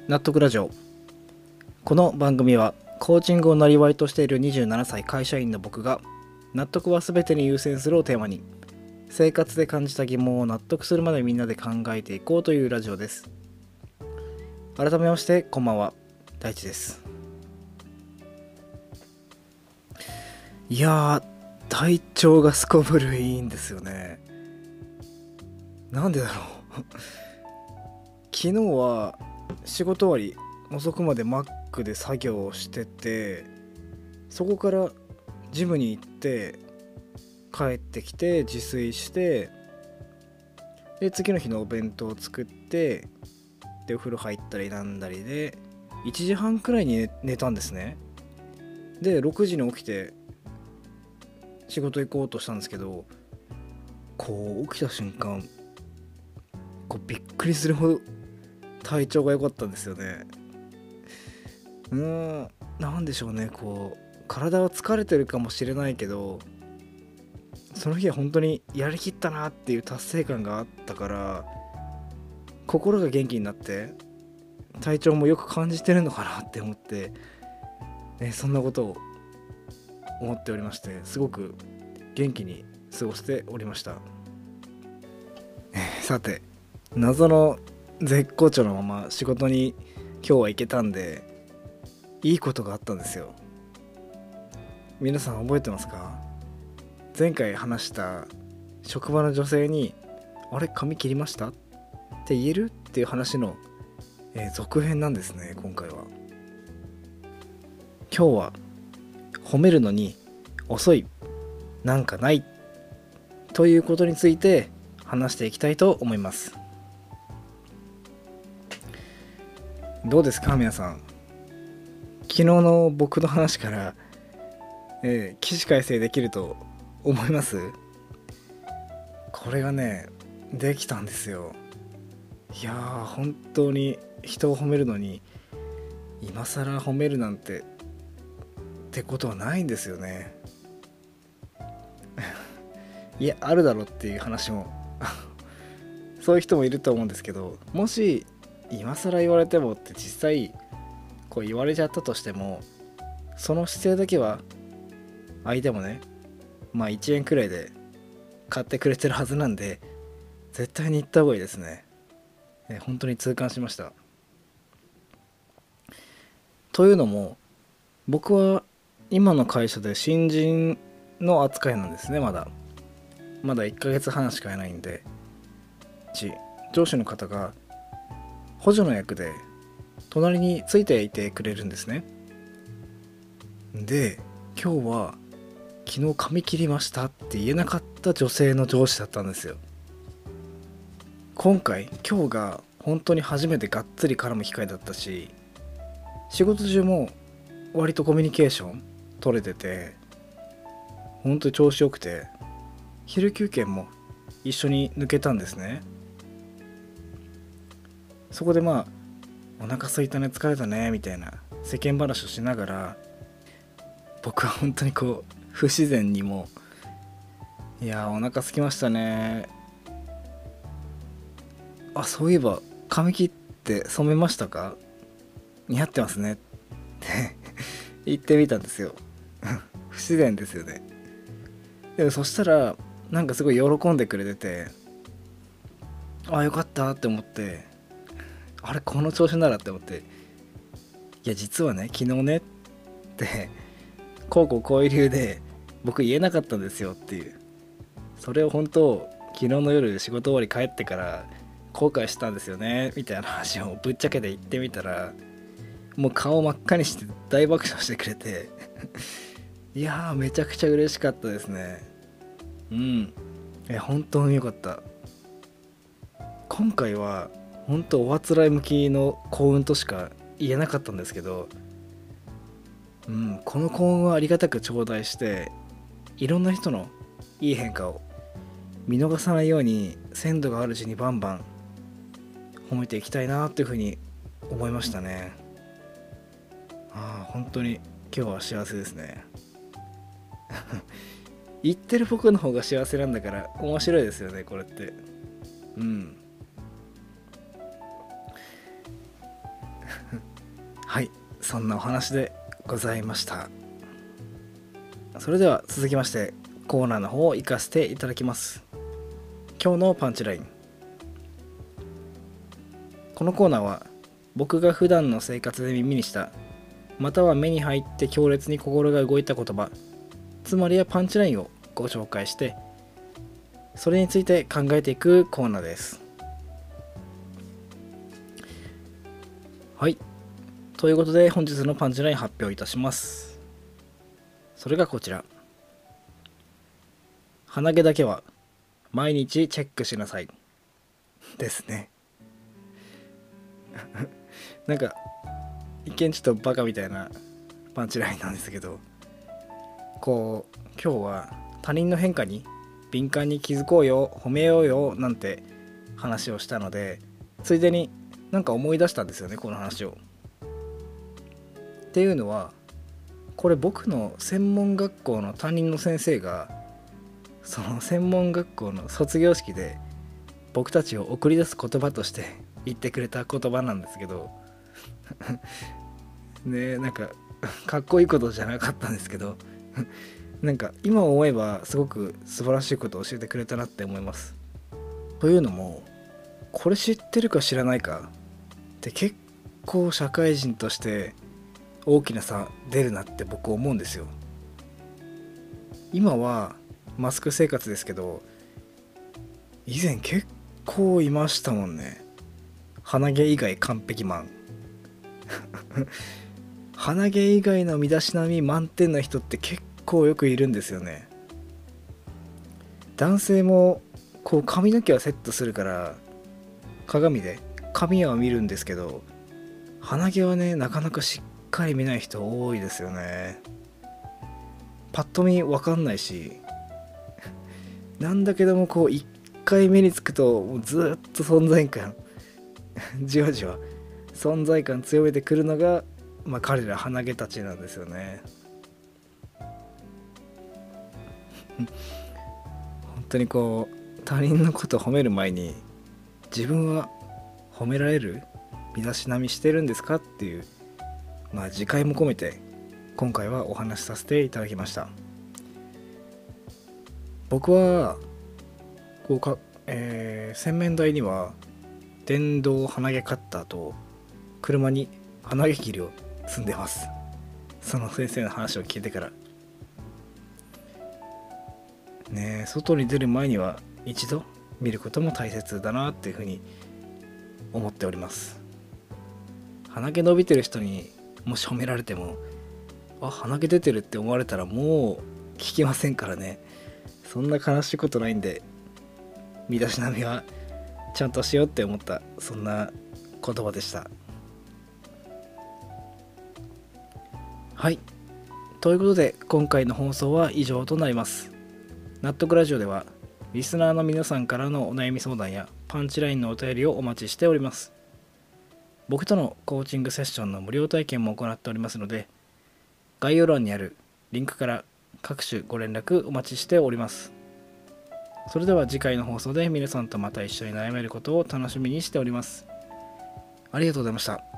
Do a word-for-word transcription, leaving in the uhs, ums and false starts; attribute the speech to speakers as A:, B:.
A: 納得ラジオ。この番組はコーチングを生りとしているにじゅうななさい会社員の僕が、納得は全てに優先するをテーマに生活で感じた疑問を納得するまでみんなで考えていこうというラジオです。改めましてこんばんは、大地です。いやー、体調がすこぶるいいんですよね。なんでだろう昨日は仕事終わり遅くまでマックで作業をしてて、そこからジムに行って帰ってきて自炊して、で次の日のお弁当を作って、でお風呂入ったりなんだりでいちじはんくらいに 寝, 寝たんですね。でろくじに起きて仕事行こうとしたんですけど、こう起きた瞬間こうびっくりするほど体調が良かったんですよね。うーんなんでしょうね、こう体は疲れてるかもしれないけど、その日は本当にやりきったなっていう達成感があったから、心が元気になって体調もよく感じてるのかなって思って、ね、そんなことを思っておりまして、すごく元気に過ごしておりました。さて、謎の絶好調のまま仕事に今日は行けたんで、いいことがあったんですよ。皆さん覚えてますか？前回話した職場の女性にあれ髪切りましたって言えるっていう話の、えー、続編なんですね。今回は今日は褒めるのに遅いなんかないということについて話していきたいと思います。どうですか皆さん、昨日の僕の話から、えー、起死回生できると思います？これがねできたんですよ。いやー本当に人を褒めるのに今更褒めるなんてってことはないんですよねいやあるだろっていう話もそういう人もいると思うんですけど、もし今更言われてもって実際こう言われちゃったとしても、その姿勢だけは相手もね、まあいちえんくらいで買ってくれてるはずなんで、絶対に言った方がいいですね。え本当に痛感しました。というのも僕は今の会社で新人の扱いなんですね。まだまだいっかげつはんしかいないんで、上司の方が補助の役で隣についていてくれるんですね。で今日は昨日髪切りましたって言えなかった女性の上司だったんですよ。今回今日が本当に初めてがっつり絡む機会だったし、仕事中も割とコミュニケーション取れてて、本当に調子よくて、昼休憩も一緒に抜けたんですね。そこでまあお腹空いたね、疲れたねみたいな世間話をしながら、僕は本当にこう不自然にも、いやお腹空きましたね、あそういえば髪切って染めましたか、似合ってますねって言ってみたんですよ不自然ですよね。でもそしたらなんかすごい喜んでくれてて、あよかったって思って、あれこの調子ならって思って、いや実はね昨日ねってこうこうこういう理由で僕言えなかったんですよっていう、それを本当昨日の夜仕事終わり帰ってから後悔したんですよねみたいな話をぶっちゃけて言ってみたら、もう顔真っ赤にして大爆笑してくれていやーめちゃくちゃ嬉しかったですね。うんえ本当に良かった。今回は本当おあつらい向きの幸運としか言えなかったんですけど、うん、この幸運はありがたく頂戴して、いろんな人のいい変化を見逃さないように鮮度があるうちにバンバン褒めていきたいなというふうに思いましたね。ああ本当に今日は幸せですね言ってる僕の方が幸せなんだから面白いですよねこれって。うんそんなお話でございました。それでは続きましてコーナーの方を行かせていただきます。今日のパンチライン。このコーナーは僕が普段の生活で耳にしたまたは目に入って強烈に心が動いた言葉、つまりはパンチラインをご紹介してそれについて考えていくコーナーです。はい、ということで本日のパンチライン発表いたします。それがこちら。鼻毛だけは毎日チェックしなさいですね。なんか一見ちょっとバカみたいなパンチラインなんですけど、こう今日は他人の変化に敏感に気づこうよ、褒めようよなんて話をしたので、ついでになんか思い出したんですよね、この話を。っていうのはこれ僕の専門学校の担任の先生がその専門学校の卒業式で僕たちを送り出す言葉として言ってくれた言葉なんですけどね、なんかかっこいいことじゃなかったんですけどなんか今思えばすごく素晴らしいことを教えてくれたなって思います。というのもこれ知ってるか知らないかって結構社会人として大きな差出るなって僕思うんですよ。今はマスク生活ですけど以前結構いましたもんね。鼻毛以外完璧マン鼻毛以外の身だしなみ満点な人って結構よくいるんですよね。男性もこう髪の毛はセットするから鏡で髪は見るんですけど、鼻毛はねなかなかしっかり見ない人多いですよね。パッと見分かんないしなんだけどもこう一回目につくともうずっと存在感じわじわ存在感強めてくるのが、まあ、彼ら鼻毛たちなんですよね。本当にこう他人のことを褒める前に自分は褒められる身だしなみしてるんですかっていう、まあ自戒も込めて今回はお話しさせていただきました。僕はこうか、えー洗面台には電動鼻毛カッターと車に鼻毛切りを積んでます。その先生の話を聞いてからねえ、外に出る前には一度見ることも大切だなっていうふうに思っております。鼻毛伸びてる人にもし褒められてもあ鼻毛出てるって思われたらもう聞きませんからね。そんな悲しいことないんで身だしなみはちゃんとしようって思った、そんな言葉でした。はい、ということで今回の放送は以上となります。納得ラジオではリスナーの皆さんからのお悩み相談やパンチラインのお便りをお待ちしております。僕とのコーチングセッションの無料体験も行っておりますので、概要欄にあるリンクから各種ご連絡お待ちしております。それでは次回の放送で皆さんとまた一緒に悩めることを楽しみにしております。ありがとうございました。